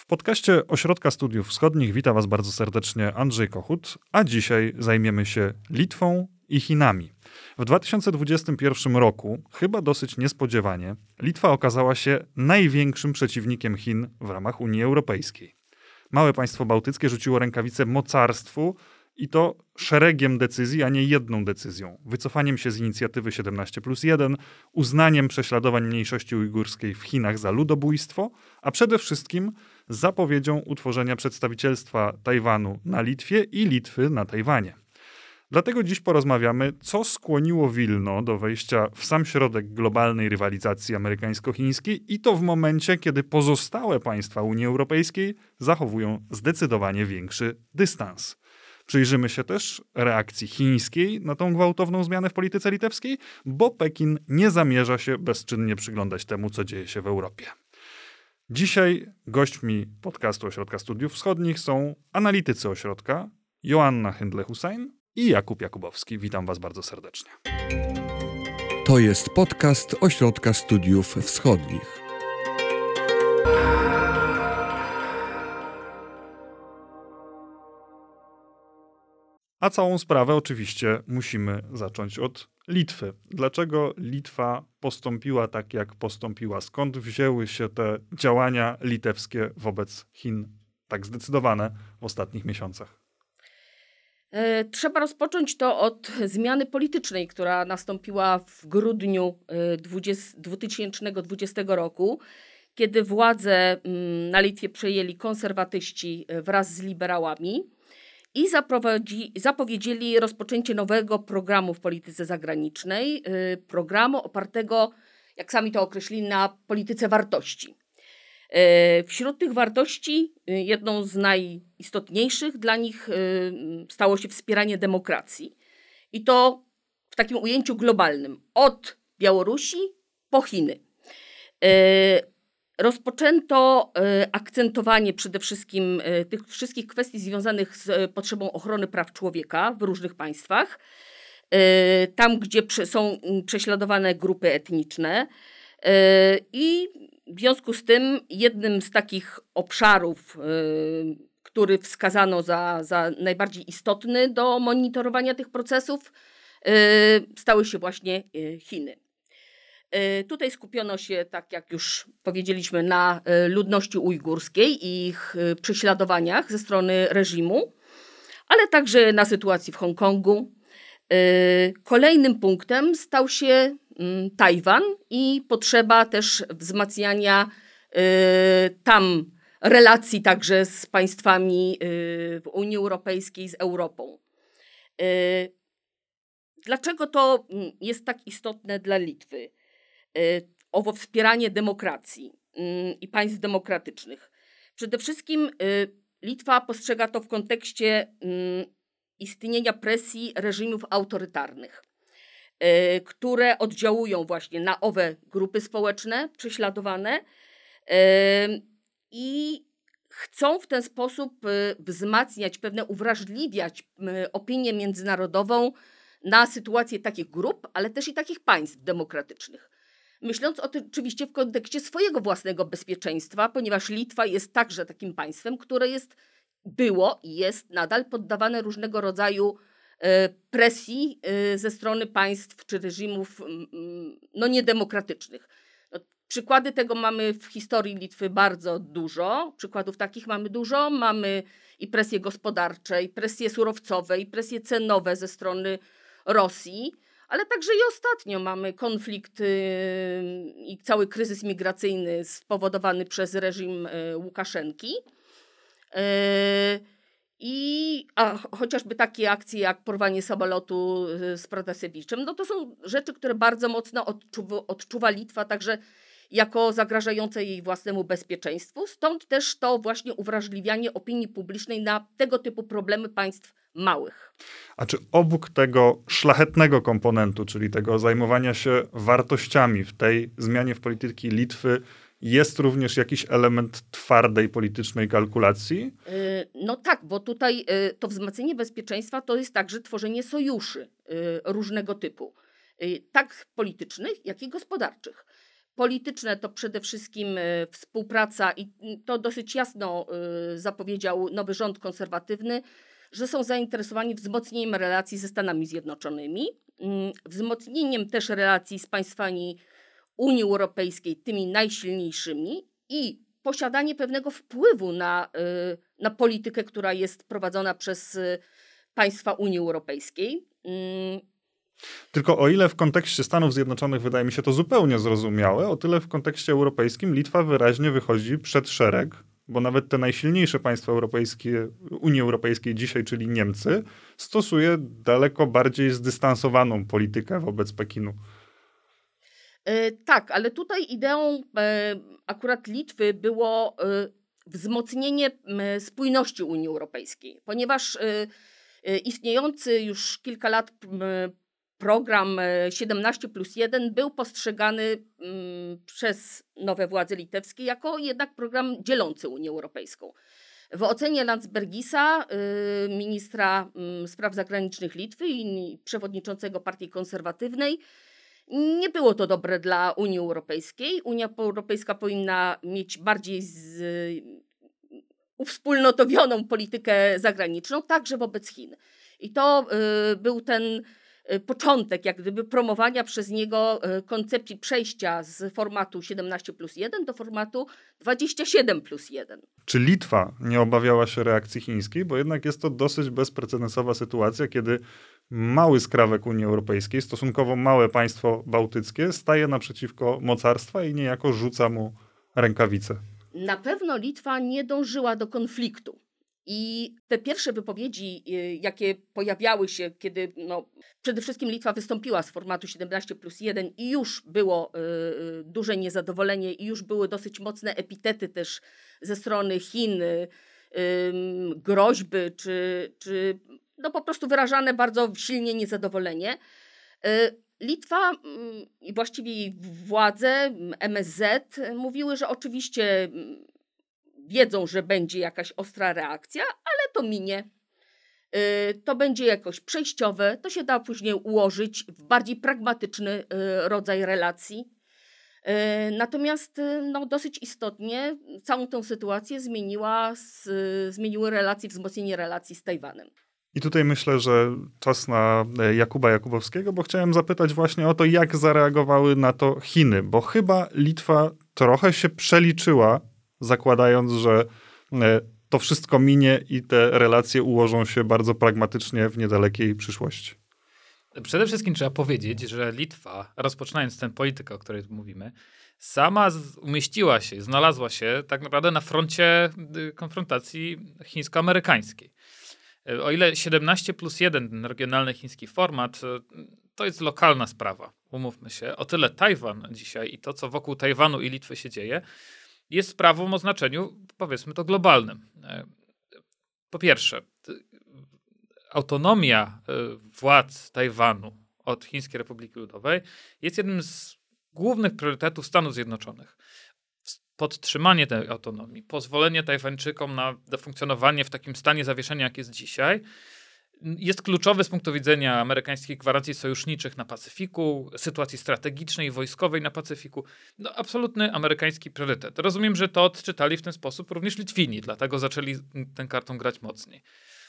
W podcaście Ośrodka Studiów Wschodnich wita Was bardzo serdecznie Andrzej Kochut, a dzisiaj zajmiemy się Litwą i Chinami. W 2021 roku, chyba dosyć niespodziewanie, Litwa okazała się największym przeciwnikiem Chin w ramach Unii Europejskiej. Małe państwo bałtyckie rzuciło rękawicę mocarstwu i to szeregiem decyzji, a nie jedną decyzją. Wycofaniem się z inicjatywy 17+1, uznaniem prześladowań mniejszości ujgurskiej w Chinach za ludobójstwo, a przede wszystkim zapowiedzią utworzenia przedstawicielstwa Tajwanu na Litwie i Litwy na Tajwanie. Dlatego dziś porozmawiamy, co skłoniło Wilno do wejścia w sam środek globalnej rywalizacji amerykańsko-chińskiej i to w momencie, kiedy pozostałe państwa Unii Europejskiej zachowują zdecydowanie większy dystans. Przyjrzymy się też reakcji chińskiej na tą gwałtowną zmianę w polityce litewskiej, bo Pekin nie zamierza się bezczynnie przyglądać temu, co dzieje się w Europie. Dzisiaj gośćmi podcastu Ośrodka Studiów Wschodnich są analitycy ośrodka Joanna Hyndle-Hussein i Jakub Jakubowski. Witam Was bardzo serdecznie. To jest podcast Ośrodka Studiów Wschodnich. A całą sprawę oczywiście musimy zacząć od Litwy. Dlaczego Litwa postąpiła tak, jak postąpiła? Skąd wzięły się te działania litewskie wobec Chin tak zdecydowane w ostatnich miesiącach? Trzeba rozpocząć to od zmiany politycznej, która nastąpiła w grudniu 2020 roku, kiedy władzę na Litwie przejęli konserwatyści wraz z liberałami i zapowiedzieli rozpoczęcie nowego programu w polityce zagranicznej, programu opartego, jak sami to określili, na polityce wartości. Wśród tych wartości jedną z najistotniejszych dla nich stało się wspieranie demokracji. I to w takim ujęciu globalnym, od Białorusi po Chiny. Rozpoczęto akcentowanie przede wszystkim tych wszystkich kwestii związanych z potrzebą ochrony praw człowieka w różnych państwach. Tam, gdzie są prześladowane grupy etniczne. I w związku z tym jednym z takich obszarów, który wskazano za najbardziej istotny do monitorowania tych procesów, stały się właśnie Chiny. Tutaj skupiono się, tak jak już powiedzieliśmy, na ludności ujgurskiej i ich prześladowaniach ze strony reżimu, ale także na sytuacji w Hongkongu. Kolejnym punktem stał się Tajwan i potrzeba też wzmacniania tam relacji także z państwami w Unii Europejskiej, z Europą. Dlaczego to jest tak istotne dla Litwy? Owo wspieranie demokracji i państw demokratycznych. Przede wszystkim Litwa postrzega to w kontekście istnienia presji reżimów autorytarnych, które oddziałują właśnie na owe grupy społeczne prześladowane i chcą w ten sposób wzmacniać, uwrażliwiać opinię międzynarodową na sytuację takich grup, ale też i takich państw demokratycznych. Myśląc oczywiście w kontekście swojego własnego bezpieczeństwa, ponieważ Litwa jest także takim państwem, które było i jest nadal poddawane różnego rodzaju presji ze strony państw czy reżimów niedemokratycznych. Przykłady tego mamy w historii Litwy bardzo dużo. Przykładów takich mamy dużo. Mamy i presje gospodarcze, i presje surowcowe, i presje cenowe ze strony Rosji, ale także i ostatnio mamy konflikt i cały kryzys migracyjny spowodowany przez reżim Łukaszenki. A chociażby takie akcje jak porwanie samolotu z Protasewiczem, to są rzeczy, które bardzo mocno odczuwa Litwa także jako zagrażające jej własnemu bezpieczeństwu. Stąd też to właśnie uwrażliwianie opinii publicznej na tego typu problemy państw małych. A czy obok tego szlachetnego komponentu, czyli tego zajmowania się wartościami w tej zmianie w polityki Litwy, jest również jakiś element twardej politycznej kalkulacji? No tak, bo tutaj to wzmacnianie bezpieczeństwa to jest także tworzenie sojuszy różnego typu, tak politycznych, jak i gospodarczych. Polityczne to przede wszystkim współpraca i to dosyć jasno zapowiedział nowy rząd konserwatywny, że są zainteresowani wzmocnieniem relacji ze Stanami Zjednoczonymi, wzmocnieniem też relacji z państwami Unii Europejskiej, tymi najsilniejszymi i posiadanie pewnego wpływu na politykę, która jest prowadzona przez państwa Unii Europejskiej. Tylko o ile w kontekście Stanów Zjednoczonych wydaje mi się to zupełnie zrozumiałe, o tyle w kontekście europejskim Litwa wyraźnie wychodzi przed szereg, bo nawet te najsilniejsze państwa europejskie, Unii Europejskiej dzisiaj, czyli Niemcy, stosuje daleko bardziej zdystansowaną politykę wobec Pekinu. Tak, ale tutaj ideą akurat Litwy było wzmocnienie spójności Unii Europejskiej, ponieważ istniejący już kilka lat program 17+1 był postrzegany przez nowe władze litewskie jako jednak program dzielący Unię Europejską. W ocenie Landsbergisa, ministra spraw zagranicznych Litwy i przewodniczącego Partii Konserwatywnej, nie było to dobre dla Unii Europejskiej. Unia Europejska powinna mieć bardziej uwspólnotowioną politykę zagraniczną, także wobec Chin. I to był ten początek jak gdyby promowania przez niego koncepcji przejścia z formatu 17+1 do formatu 27+1. Czy Litwa nie obawiała się reakcji chińskiej? Bo jednak jest to dosyć bezprecedensowa sytuacja, kiedy mały skrawek Unii Europejskiej, stosunkowo małe państwo bałtyckie, staje naprzeciwko mocarstwa i niejako rzuca mu rękawice. Na pewno Litwa nie dążyła do konfliktu. I te pierwsze wypowiedzi, jakie pojawiały się, kiedy przede wszystkim Litwa wystąpiła z formatu 17+1 i już było duże niezadowolenie i już były dosyć mocne epitety też ze strony Chin, groźby czy po prostu wyrażane bardzo silnie niezadowolenie. Litwa i właściwie jej władze, MSZ, mówiły, że oczywiście wiedzą, że będzie jakaś ostra reakcja, ale to minie. To będzie jakoś przejściowe, to się da później ułożyć w bardziej pragmatyczny rodzaj relacji. Natomiast dosyć istotnie całą tę sytuację zmieniły relacje, wzmocnienie relacji z Tajwanem. I tutaj myślę, że czas na Jakuba Jakubowskiego, bo chciałem zapytać właśnie o to, jak zareagowały na to Chiny, bo chyba Litwa trochę się przeliczyła, zakładając, że to wszystko minie i te relacje ułożą się bardzo pragmatycznie w niedalekiej przyszłości. Przede wszystkim trzeba powiedzieć, że Litwa, rozpoczynając tę politykę, o której tu mówimy, sama umieściła się, znalazła się tak naprawdę na froncie konfrontacji chińsko-amerykańskiej. O ile 17+1, ten regionalny chiński format, to jest lokalna sprawa, umówmy się, o tyle Tajwan dzisiaj i to, co wokół Tajwanu i Litwy się dzieje, jest sprawą o znaczeniu, powiedzmy to, globalnym. Po pierwsze, autonomia władz Tajwanu od Chińskiej Republiki Ludowej jest jednym z głównych priorytetów Stanów Zjednoczonych. Podtrzymanie tej autonomii, pozwolenie Tajwańczykom na funkcjonowanie w takim stanie zawieszenia, jak jest dzisiaj, jest kluczowe z punktu widzenia amerykańskich gwarancji sojuszniczych na Pacyfiku, sytuacji strategicznej i wojskowej na Pacyfiku. Absolutny amerykański priorytet. Rozumiem, że to odczytali w ten sposób również Litwini, dlatego zaczęli tę kartą grać mocniej.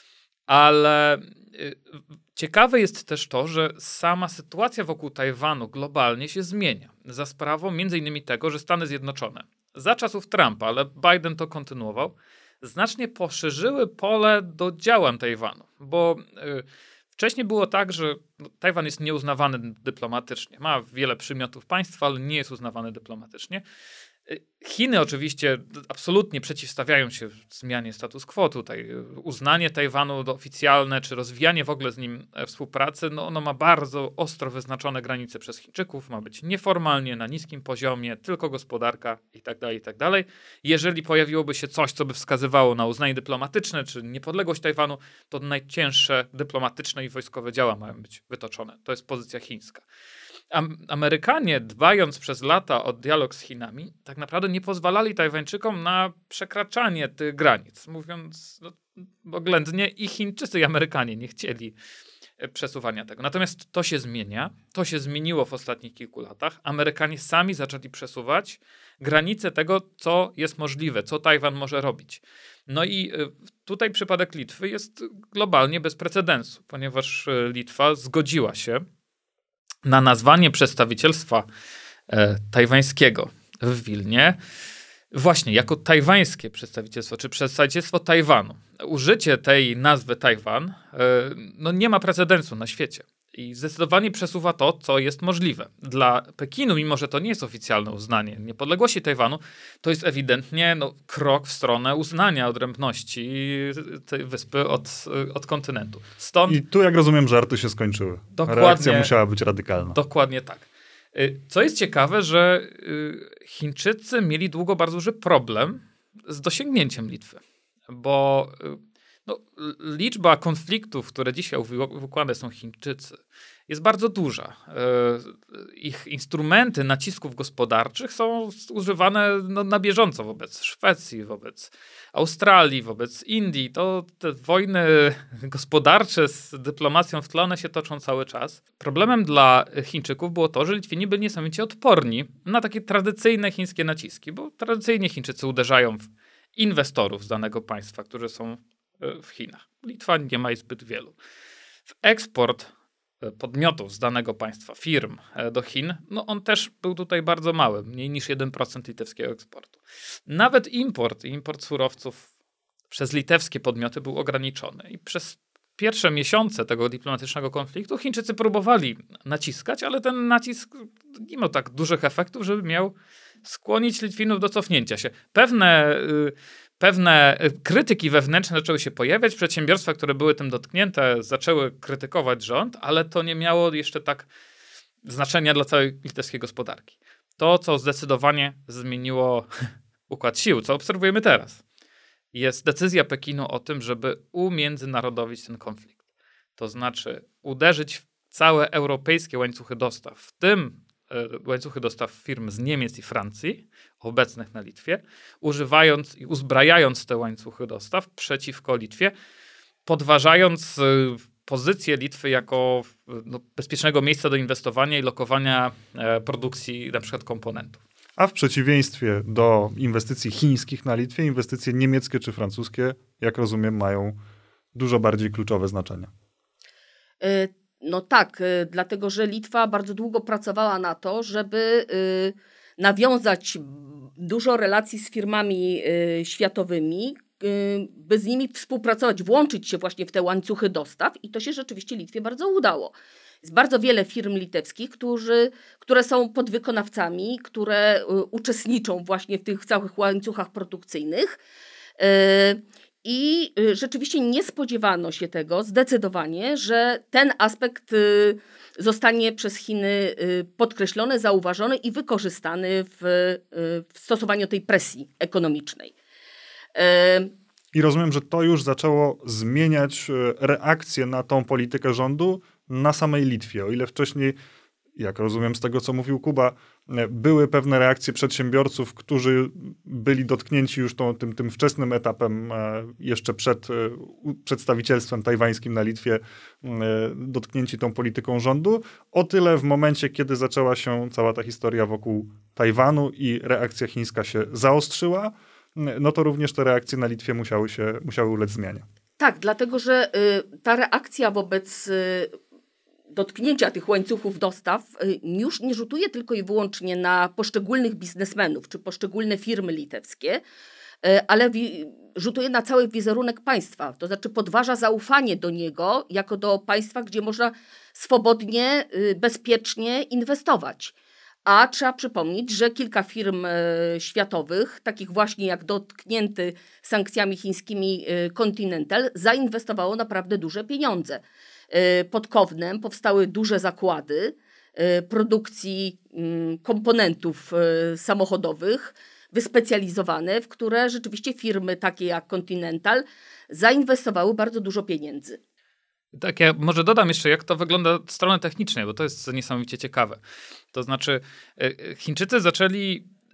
Ale ciekawe jest też to, że sama sytuacja wokół Tajwanu globalnie się zmienia. Za sprawą m.in. tego, że Stany Zjednoczone za czasów Trumpa, ale Biden to kontynuował, znacznie poszerzyły pole do działań Tajwanu. Bo wcześniej było tak, że Tajwan jest nieuznawany dyplomatycznie. Ma wiele przymiotów państwa, ale nie jest uznawany dyplomatycznie. Chiny oczywiście absolutnie przeciwstawiają się zmianie status quo tutaj. Uznanie Tajwanu oficjalne, czy rozwijanie w ogóle z nim współpracy, ono ma bardzo ostro wyznaczone granice przez Chińczyków. Ma być nieformalnie, na niskim poziomie, tylko gospodarka itd., itd. Jeżeli pojawiłoby się coś, co by wskazywało na uznanie dyplomatyczne, czy niepodległość Tajwanu, to najcięższe dyplomatyczne i wojskowe działa mają być wytoczone. To jest pozycja chińska. Amerykanie, dbając przez lata o dialog z Chinami, tak naprawdę nie pozwalali Tajwańczykom na przekraczanie tych granic. Mówiąc oględnie, i Chińczycy, i Amerykanie nie chcieli przesuwania tego. Natomiast to się zmienia, to się zmieniło w ostatnich kilku latach. Amerykanie sami zaczęli przesuwać granice tego, co jest możliwe, co Tajwan może robić. No i tutaj przypadek Litwy jest globalnie bez precedensu, ponieważ Litwa zgodziła się na nazwanie przedstawicielstwa tajwańskiego w Wilnie właśnie jako tajwańskie przedstawicielstwo, czy przedstawicielstwo Tajwanu. Użycie tej nazwy Tajwan nie ma precedensu na świecie. I zdecydowanie przesuwa to, co jest możliwe. Dla Pekinu, mimo że to nie jest oficjalne uznanie niepodległości Tajwanu, to jest ewidentnie krok w stronę uznania odrębności tej wyspy od kontynentu. Stąd I tu, jak rozumiem, żarty się skończyły. Reakcja musiała być radykalna. Dokładnie tak. Co jest ciekawe, że Chińczycy mieli długo bardzo duży problem z dosięgnięciem Litwy, bo liczba konfliktów, które dzisiaj uwikłane są Chińczycy, jest bardzo duża. Ich instrumenty nacisków gospodarczych są używane na bieżąco wobec Szwecji, wobec Australii, wobec Indii. To te wojny gospodarcze z dyplomacją w tle, one się toczą cały czas. Problemem dla Chińczyków było to, że Litwini byli niesamowicie odporni na takie tradycyjne chińskie naciski, bo tradycyjnie Chińczycy uderzają w inwestorów z danego państwa, którzy są w Chinach. Litwa nie ma ich zbyt wielu. W eksport podmiotów z danego państwa, firm do Chin, on też był tutaj bardzo mały, mniej niż 1% litewskiego eksportu. Nawet import surowców przez litewskie podmioty był ograniczony i przez pierwsze miesiące tego dyplomatycznego konfliktu Chińczycy próbowali naciskać, ale ten nacisk nie miał tak dużych efektów, żeby miał skłonić Litwinów do cofnięcia się. Pewne krytyki wewnętrzne zaczęły się pojawiać. Przedsiębiorstwa, które były tym dotknięte, zaczęły krytykować rząd, ale to nie miało jeszcze tak znaczenia dla całej litewskiej gospodarki. To, co zdecydowanie zmieniło układ sił, co obserwujemy teraz, jest decyzja Pekinu o tym, żeby umiędzynarodowić ten konflikt. To znaczy uderzyć w całe europejskie łańcuchy dostaw, w tym łańcuchy dostaw firm z Niemiec i Francji, obecnych na Litwie, używając i uzbrajając te łańcuchy dostaw przeciwko Litwie, podważając pozycję Litwy jako bezpiecznego miejsca do inwestowania i lokowania produkcji na przykład komponentów. A w przeciwieństwie do inwestycji chińskich na Litwie, inwestycje niemieckie czy francuskie, jak rozumiem, mają dużo bardziej kluczowe znaczenie. Tak, dlatego że Litwa bardzo długo pracowała na to, żeby nawiązać dużo relacji z firmami światowymi, by z nimi współpracować, włączyć się właśnie w te łańcuchy dostaw i to się rzeczywiście Litwie bardzo udało. Jest bardzo wiele firm litewskich, które są podwykonawcami, które uczestniczą właśnie w tych całych łańcuchach produkcyjnych. I rzeczywiście nie spodziewano się tego zdecydowanie, że ten aspekt zostanie przez Chiny podkreślony, zauważony i wykorzystany w stosowaniu tej presji ekonomicznej. I rozumiem, że to już zaczęło zmieniać reakcję na tą politykę rządu na samej Litwie. O ile wcześniej, jak rozumiem z tego, co mówił Kuba, były pewne reakcje przedsiębiorców, którzy byli dotknięci już tym wczesnym etapem, jeszcze przed przedstawicielstwem tajwańskim na Litwie, dotknięci tą polityką rządu. O tyle w momencie, kiedy zaczęła się cała ta historia wokół Tajwanu i reakcja chińska się zaostrzyła, to również te reakcje na Litwie musiały ulec zmianie. Tak, dlatego że ta reakcja wobec dotknięcia tych łańcuchów dostaw już nie rzutuje tylko i wyłącznie na poszczególnych biznesmenów czy poszczególne firmy litewskie, ale rzutuje na cały wizerunek państwa. To znaczy podważa zaufanie do niego jako do państwa, gdzie można swobodnie, bezpiecznie inwestować. A trzeba przypomnieć, że kilka firm światowych, takich właśnie jak dotknięty sankcjami chińskimi Continental, zainwestowało naprawdę duże pieniądze. Pod Kownem powstały duże zakłady produkcji komponentów samochodowych, wyspecjalizowane, w które rzeczywiście firmy takie jak Continental zainwestowały bardzo dużo pieniędzy. Tak, ja może dodam jeszcze, jak to wygląda od strony technicznej, bo to jest niesamowicie ciekawe. To znaczy, Chińczycy zaczęli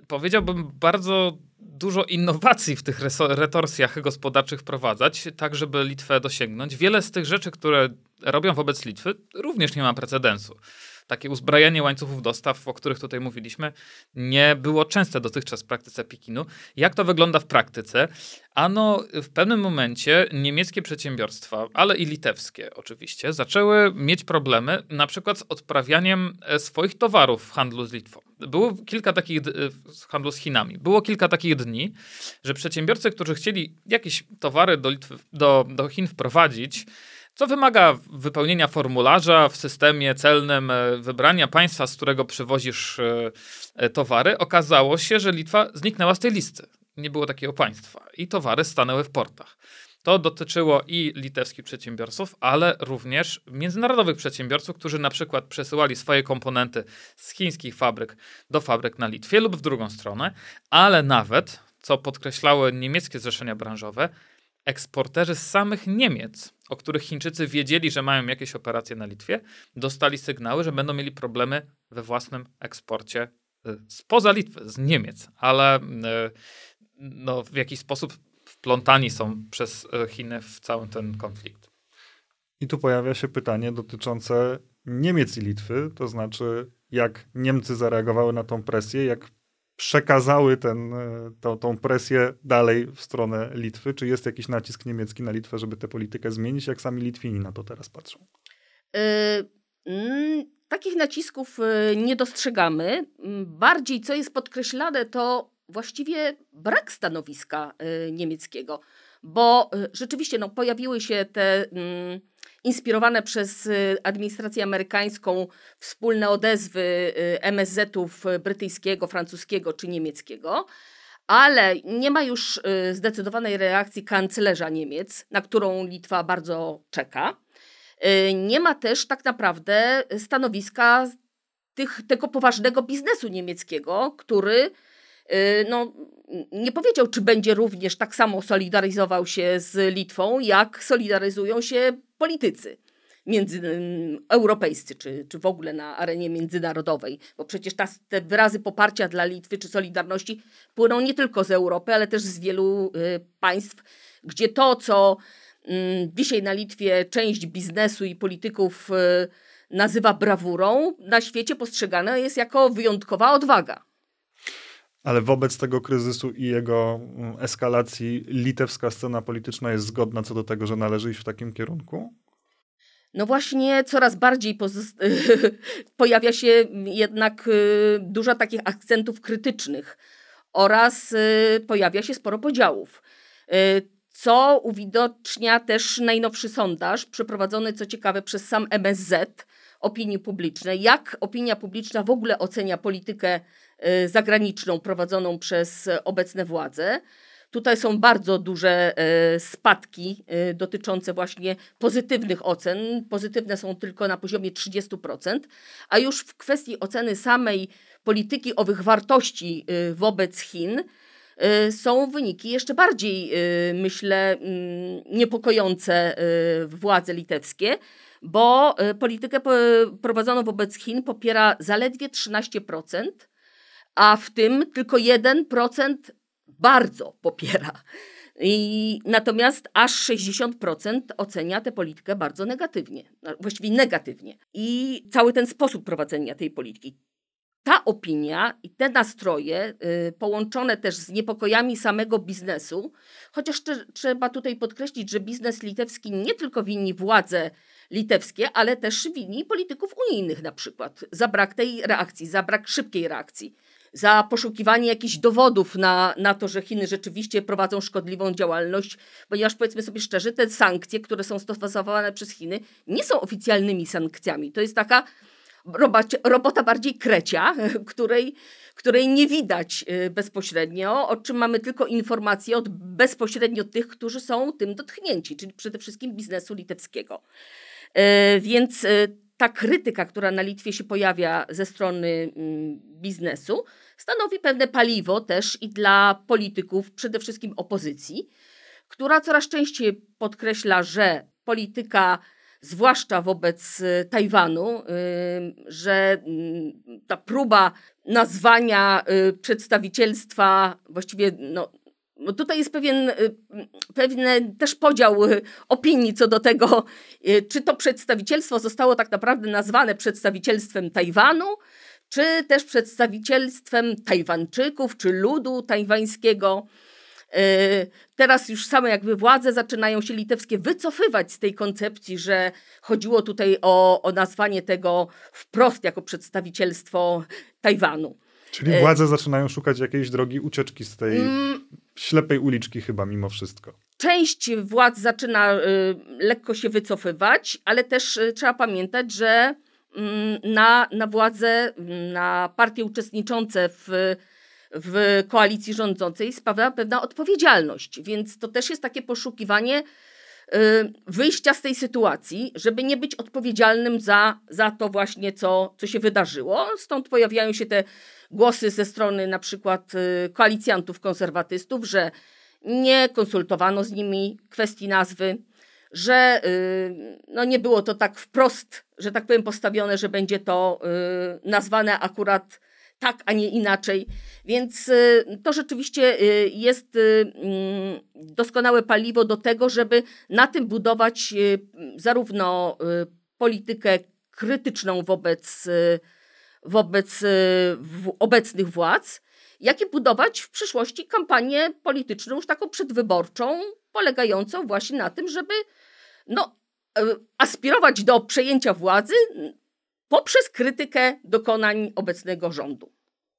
powiedziałbym, bardzo dużo innowacji w tych retorsjach gospodarczych wprowadzać, tak żeby Litwę dosięgnąć. Wiele z tych rzeczy, które robią wobec Litwy, również nie ma precedensu. Takie uzbrajanie łańcuchów dostaw, o których tutaj mówiliśmy, nie było częste dotychczas w praktyce Pekinu. Jak to wygląda w praktyce? Ano, w pewnym momencie niemieckie przedsiębiorstwa, ale i litewskie oczywiście, zaczęły mieć problemy na przykład z odprawianiem swoich towarów w handlu z Litwą. Było kilka takich, w handlu z Chinami. Było kilka takich dni, że przedsiębiorcy, którzy chcieli jakieś towary do Litwy, do Chin wprowadzić, co wymaga wypełnienia formularza w systemie celnym, wybrania państwa, z którego przywozisz towary. Okazało się, że Litwa zniknęła z tej listy. Nie było takiego państwa i towary stanęły w portach. To dotyczyło i litewskich przedsiębiorców, ale również międzynarodowych przedsiębiorców, którzy na przykład przesyłali swoje komponenty z chińskich fabryk do fabryk na Litwie lub w drugą stronę, ale nawet, co podkreślały niemieckie zrzeszenia branżowe, eksporterzy z samych Niemiec, o których Chińczycy wiedzieli, że mają jakieś operacje na Litwie, dostali sygnały, że będą mieli problemy we własnym eksporcie spoza Litwy, z Niemiec, ale no, w jakiś sposób wplątani są przez Chiny w cały ten konflikt. I tu pojawia się pytanie dotyczące Niemiec i Litwy, to znaczy jak Niemcy zareagowały na tą presję, jak przekazały tą presję dalej w stronę Litwy? Czy jest jakiś nacisk niemiecki na Litwę, żeby tę politykę zmienić? Jak sami Litwini na to teraz patrzą? Takich nacisków nie dostrzegamy. Bardziej, co jest podkreślane, to właściwie brak stanowiska niemieckiego. Bo rzeczywiście pojawiły się te inspirowane przez administrację amerykańską wspólne odezwy MSZ-ów brytyjskiego, francuskiego czy niemieckiego, ale nie ma już zdecydowanej reakcji kanclerza Niemiec, na którą Litwa bardzo czeka. Nie ma też tak naprawdę stanowiska tego poważnego biznesu niemieckiego, który nie powiedział, czy będzie również tak samo solidaryzował się z Litwą, jak solidaryzują się politycy europejscy, czy w ogóle na arenie międzynarodowej. Bo przecież te wyrazy poparcia dla Litwy czy solidarności płyną nie tylko z Europy, ale też z wielu państw, gdzie to, co dzisiaj na Litwie część biznesu i polityków nazywa brawurą, na świecie postrzegane jest jako wyjątkowa odwaga. Ale wobec tego kryzysu i jego eskalacji litewska scena polityczna jest zgodna co do tego, że należy iść w takim kierunku? No właśnie coraz bardziej pojawia się jednak dużo takich akcentów krytycznych oraz pojawia się sporo podziałów. Co uwidocznia też najnowszy sondaż przeprowadzony, co ciekawe, przez sam MSZ opinii publicznej. Jak opinia publiczna w ogóle ocenia politykę zagraniczną prowadzoną przez obecne władze. Tutaj są bardzo duże spadki dotyczące właśnie pozytywnych ocen. Pozytywne są tylko na poziomie 30%, a już w kwestii oceny samej polityki owych wartości wobec Chin są wyniki jeszcze bardziej, myślę, niepokojące władze litewskie, bo politykę prowadzoną wobec Chin popiera zaledwie 13%, a w tym tylko 1% bardzo popiera. Natomiast aż 60% ocenia tę politykę bardzo negatywnie, właściwie negatywnie. I cały ten sposób prowadzenia tej polityki. Ta opinia i te nastroje połączone też z niepokojami samego biznesu, chociaż trzeba tutaj podkreślić, że biznes litewski nie tylko wini władze litewskie, ale też wini polityków unijnych na przykład za brak tej reakcji, za brak szybkiej reakcji, za poszukiwanie jakichś dowodów na to, że Chiny rzeczywiście prowadzą szkodliwą działalność, ponieważ powiedzmy sobie szczerze, te sankcje, które są stosowane przez Chiny, nie są oficjalnymi sankcjami. To jest taka robota bardziej krecia, której nie widać bezpośrednio, o czym mamy tylko informacje bezpośrednio tych, którzy są tym dotknięci, czyli przede wszystkim biznesu litewskiego. Więc ta krytyka, która na Litwie się pojawia ze strony biznesu, stanowi pewne paliwo też i dla polityków, przede wszystkim opozycji, która coraz częściej podkreśla, że polityka zwłaszcza wobec Tajwanu, że ta próba nazwania przedstawicielstwa, właściwie tutaj jest pewien też podział opinii co do tego, czy to przedstawicielstwo zostało tak naprawdę nazwane przedstawicielstwem Tajwanu, czy też przedstawicielstwem Tajwańczyków, czy ludu tajwańskiego. Teraz już same jakby władze zaczynają się litewskie wycofywać z tej koncepcji, że chodziło tutaj o nazwanie tego wprost jako przedstawicielstwo Tajwanu. Czyli władze zaczynają szukać jakiejś drogi ucieczki z tej ślepej uliczki chyba mimo wszystko. Część władz zaczyna lekko się wycofywać, ale też trzeba pamiętać, że na władzę, na partie uczestniczące w koalicji rządzącej spada pewna odpowiedzialność. Więc to też jest takie poszukiwanie wyjścia z tej sytuacji, żeby nie być odpowiedzialnym za to właśnie, co się wydarzyło. Stąd pojawiają się te głosy ze strony na przykład koalicjantów konserwatystów, że nie konsultowano z nimi kwestii nazwy, że nie było to tak wprost, że tak powiem, postawione, że będzie to nazwane akurat tak, a nie inaczej. Więc to rzeczywiście jest doskonałe paliwo do tego, żeby na tym budować zarówno politykę krytyczną wobec obecnych władz, jak i budować w przyszłości kampanię polityczną już taką przedwyborczą, polegającą właśnie na tym, żeby aspirować do przejęcia władzy poprzez krytykę dokonań obecnego rządu.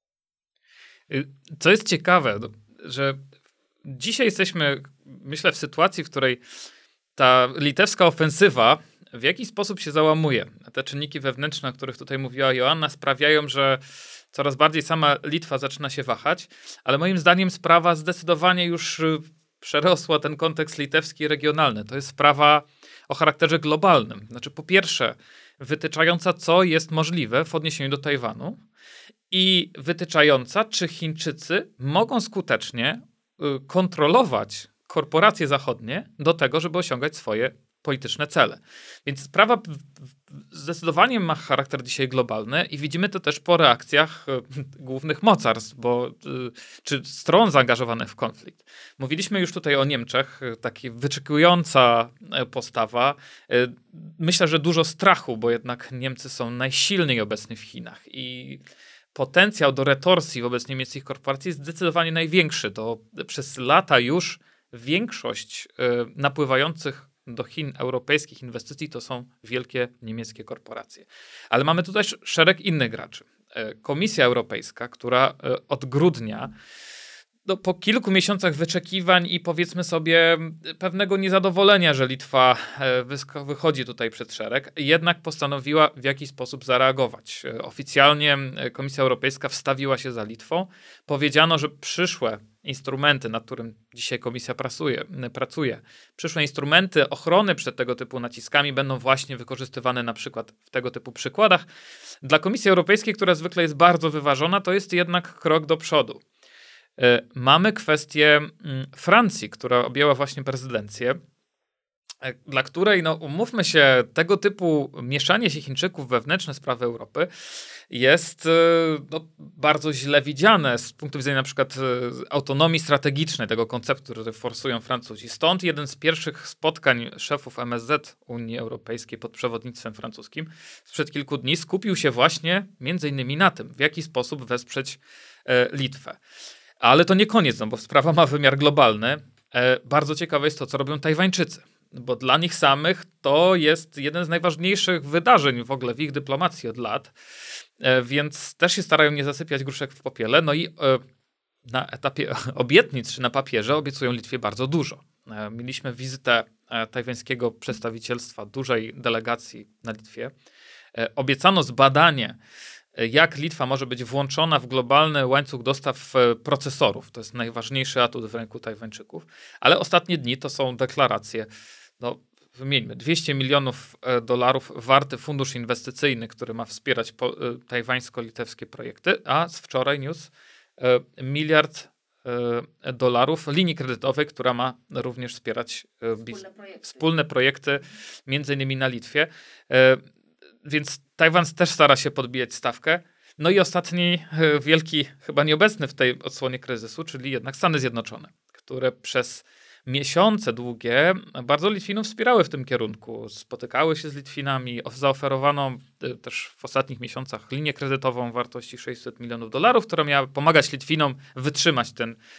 Co jest ciekawe, że dzisiaj jesteśmy, myślę, w sytuacji, w której ta litewska ofensywa w jakiś sposób się załamuje. Te czynniki wewnętrzne, o których tutaj mówiła Joanna, sprawiają, że coraz bardziej sama Litwa zaczyna się wahać, ale moim zdaniem sprawa zdecydowanie już przerosła ten kontekst litewski i regionalny. To jest sprawa o charakterze globalnym. Znaczy, po pierwsze, wytyczająca, co jest możliwe w odniesieniu do Tajwanu i wytyczająca, czy Chińczycy mogą skutecznie kontrolować korporacje zachodnie do tego, żeby osiągać swoje polityczne cele. Więc sprawa zdecydowanie ma charakter dzisiaj globalny i widzimy to też po reakcjach głównych mocarstw, czy stron zaangażowanych w konflikt. Mówiliśmy już tutaj o Niemczech, taka wyczekująca postawa. Myślę, że dużo strachu, bo jednak Niemcy są najsilniej obecni w Chinach i potencjał do retorsji wobec niemieckich korporacji jest zdecydowanie największy. To przez lata już większość napływających do Chin europejskich inwestycji to są wielkie niemieckie korporacje. Ale mamy tutaj szereg innych graczy. Komisja Europejska, która od grudnia po kilku miesiącach wyczekiwań i powiedzmy sobie pewnego niezadowolenia, że Litwa wychodzi tutaj przed szereg, jednak postanowiła w jakiś sposób zareagować. Oficjalnie Komisja Europejska wstawiła się za Litwą. Powiedziano, że przyszłe instrumenty, nad którym dzisiaj Komisja pracuje, przyszłe instrumenty ochrony przed tego typu naciskami będą właśnie wykorzystywane na przykład w tego typu przykładach. Dla Komisji Europejskiej, która zwykle jest bardzo wyważona, to jest jednak krok do przodu. Mamy kwestię Francji, która objęła właśnie prezydencję, dla której, umówmy się, tego typu mieszanie się Chińczyków w wewnętrzne sprawy Europy jest bardzo źle widziane z punktu widzenia na przykład autonomii strategicznej tego konceptu, który forsują Francuzi. Stąd jeden z pierwszych spotkań szefów MSZ Unii Europejskiej pod przewodnictwem francuskim sprzed kilku dni skupił się właśnie między innymi na tym, w jaki sposób wesprzeć Litwę. Ale to nie koniec, bo sprawa ma wymiar globalny. Bardzo ciekawe jest to, co robią Tajwańczycy, bo dla nich samych to jest jeden z najważniejszych wydarzeń w ogóle w ich dyplomacji od lat, więc też się starają nie zasypiać gruszek w popiele. No i na etapie obietnic, czy na papierze obiecują Litwie bardzo dużo. Mieliśmy wizytę tajwańskiego przedstawicielstwa, dużej delegacji na Litwie. Obiecano zbadanie, jak Litwa może być włączona w globalny łańcuch dostaw procesorów. To jest najważniejszy atut w ręku Tajwańczyków. Ale ostatnie dni to są deklaracje. Wymieńmy, $200 milionów warty fundusz inwestycyjny, który ma wspierać tajwańsko-litewskie projekty, a z wczoraj news $1 miliard dolarów linii kredytowej, która ma również wspierać wspólne projekty, między innymi na Litwie. Więc Tajwan też stara się podbijać stawkę. No i ostatni wielki, chyba nieobecny w tej odsłonie kryzysu, czyli jednak Stany Zjednoczone, które przez miesiące długie bardzo Litwinów wspierały w tym kierunku. Spotykały się z Litwinami, zaoferowano też w ostatnich miesiącach linię kredytową o wartości $600 milionów, która miała pomagać Litwinom wytrzymać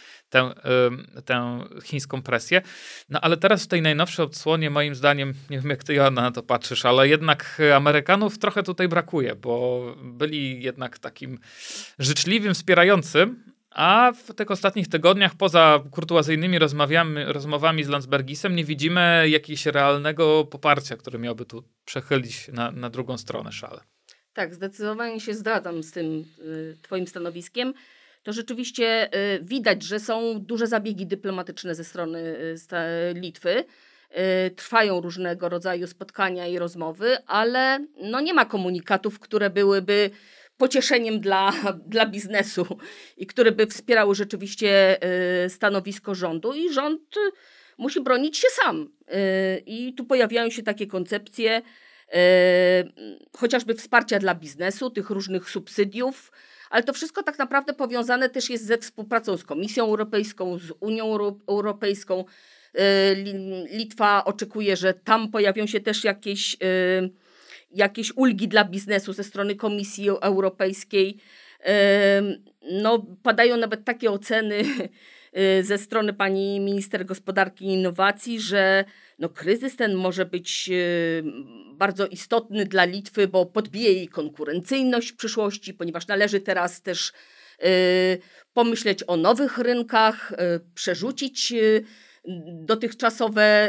tę chińską presję. No ale teraz w tej najnowszej odsłonie, moim zdaniem, nie wiem jak ty, Joanna, na to patrzysz, ale jednak Amerykanów trochę tutaj brakuje, bo byli jednak takim życzliwym, wspierającym, a w tych ostatnich tygodniach, poza kurtuazyjnymi rozmowami z Landsbergisem, nie widzimy jakiegoś realnego poparcia, które miałoby tu przechylić na drugą stronę szale. Tak, zdecydowanie się zgadzam z tym twoim stanowiskiem. To rzeczywiście widać, że są duże zabiegi dyplomatyczne ze strony Litwy. Trwają różnego rodzaju spotkania i rozmowy, ale no nie ma komunikatów, które byłyby pocieszeniem dla biznesu i które by wspierały rzeczywiście stanowisko rządu i rząd musi bronić się sam. I tu pojawiają się takie koncepcje chociażby wsparcia dla biznesu, tych różnych subsydiów, ale to wszystko tak naprawdę powiązane też jest ze współpracą z Komisją Europejską, z Unią Europejską. Litwa oczekuje, że tam pojawią się też jakieś ulgi dla biznesu ze strony Komisji Europejskiej. No, padają nawet takie oceny ze strony pani minister gospodarki i innowacji, że no, kryzys ten może być bardzo istotny dla Litwy, bo podbije jej konkurencyjność w przyszłości, ponieważ należy teraz też pomyśleć o nowych rynkach, przerzucić dotychczasowe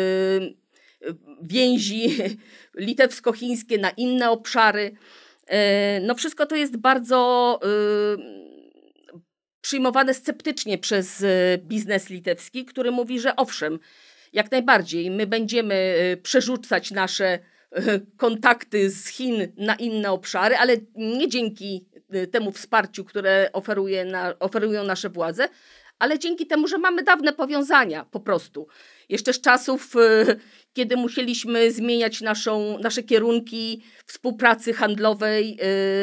więzi litewsko-chińskie na inne obszary. No wszystko to jest bardzo przyjmowane sceptycznie przez biznes litewski, który mówi, że owszem, jak najbardziej my będziemy przerzucać nasze kontakty z Chin na inne obszary, ale nie dzięki temu wsparciu, które oferują nasze władze, ale dzięki temu, że mamy dawne powiązania po prostu. Jeszcze z czasów, kiedy musieliśmy zmieniać nasze kierunki współpracy handlowej,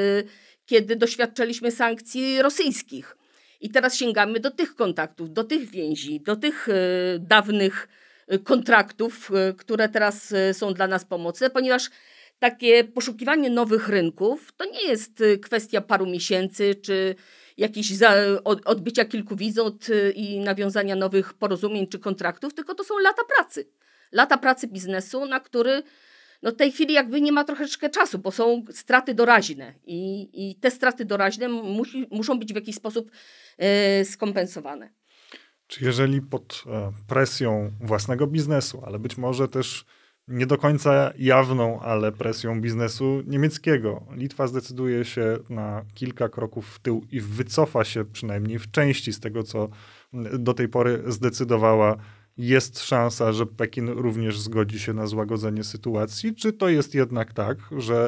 kiedy doświadczaliśmy sankcji rosyjskich. I teraz sięgamy do tych kontaktów, do tych więzi, do tych dawnych kontraktów, które teraz są dla nas pomocne, ponieważ takie poszukiwanie nowych rynków to nie jest kwestia paru miesięcy, czy jakieś odbycia kilku wizyt i nawiązania nowych porozumień czy kontraktów, tylko to są lata pracy. Lata pracy biznesu, na który no w tej chwili jakby nie ma troszeczkę czasu, bo są straty doraźne i te straty doraźne muszą być w jakiś sposób skompensowane. Czy jeżeli pod presją własnego biznesu, ale być może też nie do końca jawną, ale presją biznesu niemieckiego, Litwa zdecyduje się na kilka kroków w tył i wycofa się przynajmniej w części z tego, co do tej pory zdecydowała, jest szansa, że Pekin również zgodzi się na złagodzenie sytuacji? Czy to jest jednak tak, że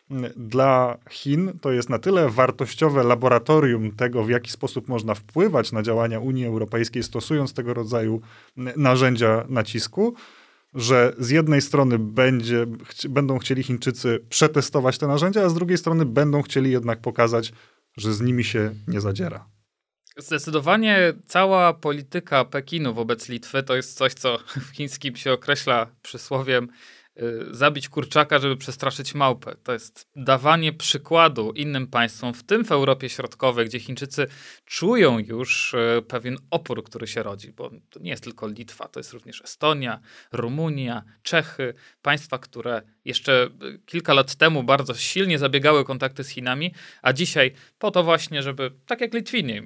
dla Chin to jest na tyle wartościowe laboratorium tego, w jaki sposób można wpływać na działania Unii Europejskiej, stosując tego rodzaju narzędzia nacisku, że z jednej strony będą chcieli Chińczycy przetestować te narzędzia, a z drugiej strony będą chcieli jednak pokazać, że z nimi się nie zadziera? Zdecydowanie cała polityka Pekinu wobec Litwy to jest coś, co w chińskim się określa przysłowiem zabić kurczaka, żeby przestraszyć małpę. To jest dawanie przykładu innym państwom, w tym w Europie Środkowej, gdzie Chińczycy czują już pewien opór, który się rodzi, bo to nie jest tylko Litwa, to jest również Estonia, Rumunia, Czechy, państwa, które jeszcze kilka lat temu bardzo silnie zabiegały o kontakty z Chinami, a dzisiaj po to właśnie, żeby, tak jak Litwini,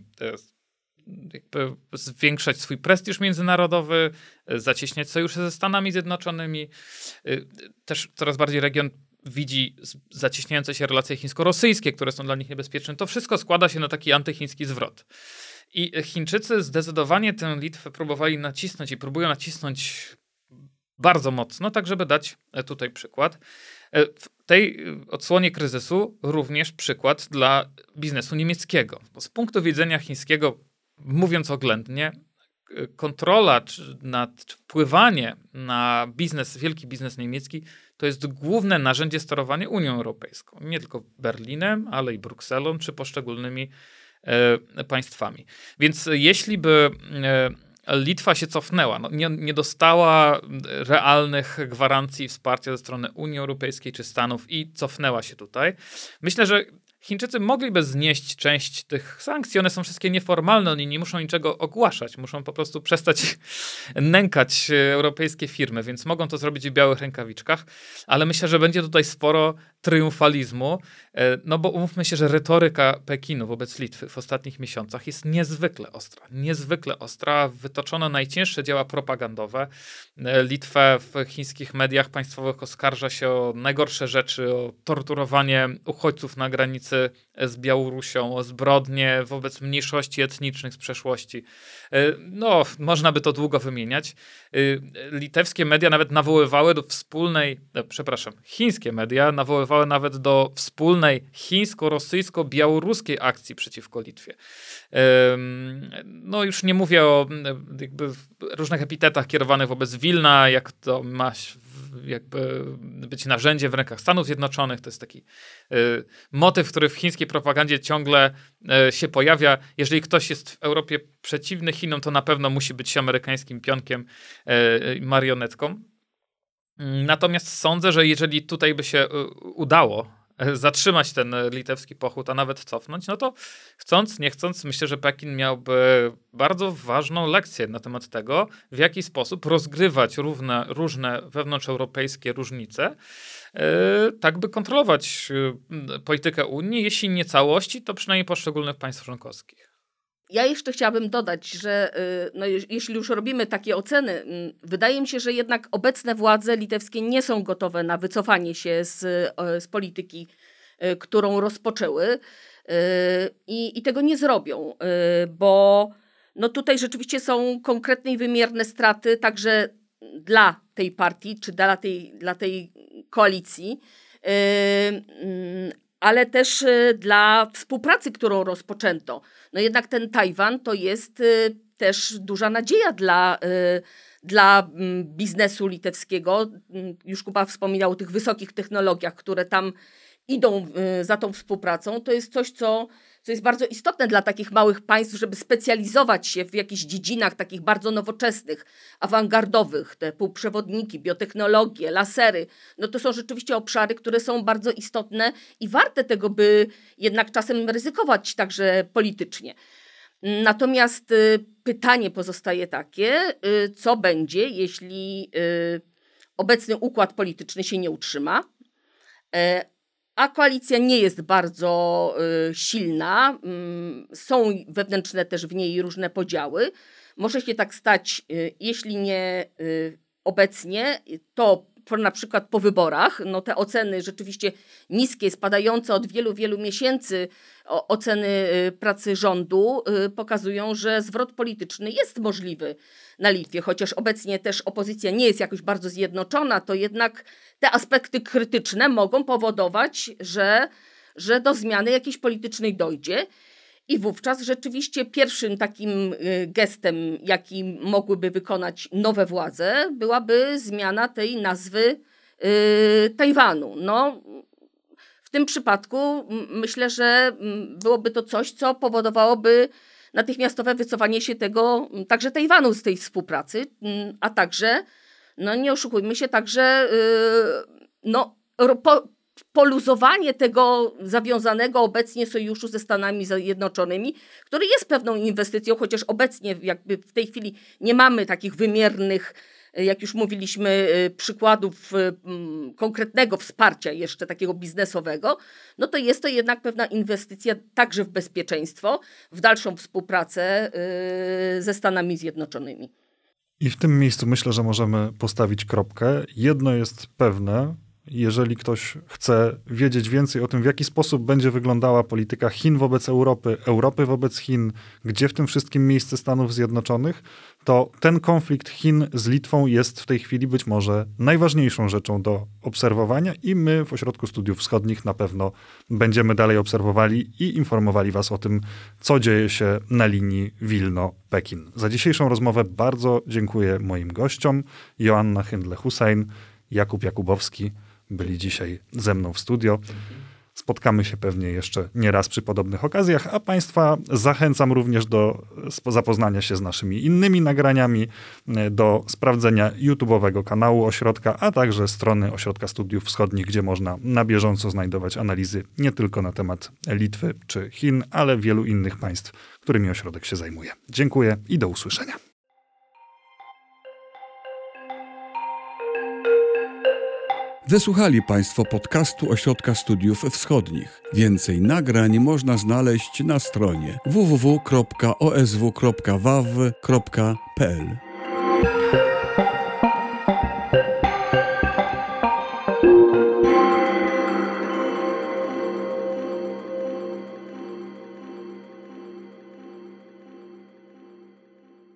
jakby zwiększać swój prestiż międzynarodowy, zacieśniać sojusze ze Stanami Zjednoczonymi. Też coraz bardziej region widzi zacieśniające się relacje chińsko-rosyjskie, które są dla nich niebezpieczne. To wszystko składa się na taki antychiński zwrot. I Chińczycy zdecydowanie tę Litwę próbowali nacisnąć i próbują nacisnąć bardzo mocno, tak żeby dać tutaj przykład. W tej odsłonie kryzysu również przykład dla biznesu niemieckiego. Bo z punktu widzenia chińskiego mówiąc oględnie, kontrola czy wpływanie na wielki biznes niemiecki to jest główne narzędzie sterowania Unią Europejską. Nie tylko Berlinem, ale i Brukselą, czy poszczególnymi państwami. Więc jeśli by Litwa się cofnęła, nie dostała realnych gwarancji wsparcia ze strony Unii Europejskiej czy Stanów i cofnęła się tutaj, myślę, że Chińczycy mogliby znieść część tych sankcji. One są wszystkie nieformalne, oni nie muszą niczego ogłaszać. Muszą po prostu przestać nękać europejskie firmy, więc mogą to zrobić w białych rękawiczkach. Ale myślę, że będzie tutaj sporo triumfalizmu, no bo umówmy się, że retoryka Pekinu wobec Litwy w ostatnich miesiącach jest niezwykle ostra. Wytoczono najcięższe dzieła propagandowe. Litwę w chińskich mediach państwowych oskarża się o najgorsze rzeczy, o torturowanie uchodźców na granicy z Białorusią, o zbrodnie wobec mniejszości etnicznych z przeszłości. No, można by to długo wymieniać. Litewskie media nawet nawoływały do chińskie media nawoływały nawet do wspólnej chińsko-rosyjsko-białoruskiej akcji przeciwko Litwie. No już nie mówię o jakby różnych epitetach kierowanych wobec Wilna, jak to ma jakby być narzędzie w rękach Stanów Zjednoczonych. To jest taki motyw, który w chińskiej propagandzie ciągle się pojawia. Jeżeli ktoś jest w Europie przeciwny Chinom, to na pewno musi być amerykańskim pionkiem, marionetką. Natomiast sądzę, że jeżeli tutaj by się udało zatrzymać ten litewski pochód, a nawet cofnąć, no to chcąc, nie chcąc, myślę, że Pekin miałby bardzo ważną lekcję na temat tego, w jaki sposób rozgrywać różne wewnątrzeuropejskie różnice, tak by kontrolować politykę Unii, jeśli nie całości, to przynajmniej poszczególnych państw członkowskich. Ja jeszcze chciałabym dodać, że jeśli już robimy takie oceny, wydaje mi się, że jednak obecne władze litewskie nie są gotowe na wycofanie się z polityki, którą rozpoczęły i tego nie zrobią, bo tutaj rzeczywiście są konkretne i wymierne straty także dla tej partii czy dla tej koalicji, ale też dla współpracy, którą rozpoczęto. Jednak ten Tajwan to jest też duża nadzieja dla biznesu litewskiego. Już Kuba wspominał o tych wysokich technologiach, które tam idą za tą współpracą. To jest coś, co jest bardzo istotne dla takich małych państw, żeby specjalizować się w jakichś dziedzinach takich bardzo nowoczesnych, awangardowych, te półprzewodniki, biotechnologie, lasery. To są rzeczywiście obszary, które są bardzo istotne i warte tego, by jednak czasem ryzykować także politycznie. Natomiast pytanie pozostaje takie, co będzie, jeśli obecny układ polityczny się nie utrzyma, a koalicja nie jest bardzo silna, są wewnętrzne też w niej różne podziały. Może się tak stać, jeśli nie obecnie, to na przykład po wyborach. Te oceny rzeczywiście niskie, spadające od wielu miesięcy, oceny pracy rządu pokazują, że zwrot polityczny jest możliwy na Litwie. Chociaż obecnie też opozycja nie jest jakoś bardzo zjednoczona, to jednak te aspekty krytyczne mogą powodować, że do zmiany jakiejś politycznej dojdzie. I wówczas rzeczywiście pierwszym takim gestem, jaki mogłyby wykonać nowe władze, byłaby zmiana tej nazwy Tajwanu. W tym przypadku myślę, że byłoby to coś, co powodowałoby natychmiastowe wycofanie się także Tajwanu z tej współpracy, a także, nie oszukujmy się, także poluzowanie tego zawiązanego obecnie sojuszu ze Stanami Zjednoczonymi, który jest pewną inwestycją, chociaż obecnie jakby w tej chwili nie mamy takich wymiernych, jak już mówiliśmy, przykładów konkretnego wsparcia jeszcze takiego biznesowego, to jest to jednak pewna inwestycja także w bezpieczeństwo, w dalszą współpracę ze Stanami Zjednoczonymi. I w tym miejscu myślę, że możemy postawić kropkę. Jedno jest pewne, jeżeli ktoś chce wiedzieć więcej o tym, w jaki sposób będzie wyglądała polityka Chin wobec Europy, Europy wobec Chin, gdzie w tym wszystkim miejsce Stanów Zjednoczonych, to ten konflikt Chin z Litwą jest w tej chwili być może najważniejszą rzeczą do obserwowania i my w Ośrodku Studiów Wschodnich na pewno będziemy dalej obserwowali i informowali was o tym, co dzieje się na linii Wilno-Pekin. Za dzisiejszą rozmowę bardzo dziękuję moim gościom. Joanna Hyndle-Hussein, Jakub Jakubowski byli dzisiaj ze mną w studio. Spotkamy się pewnie jeszcze nie raz przy podobnych okazjach, a państwa zachęcam również do zapoznania się z naszymi innymi nagraniami, do sprawdzenia YouTube'owego kanału Ośrodka, a także strony Ośrodka Studiów Wschodnich, gdzie można na bieżąco znajdować analizy nie tylko na temat Litwy czy Chin, ale wielu innych państw, którymi ośrodek się zajmuje. Dziękuję i do usłyszenia. Wysłuchali Państwo podcastu Ośrodka Studiów Wschodnich. Więcej nagrań można znaleźć na stronie www.osw.waw.pl.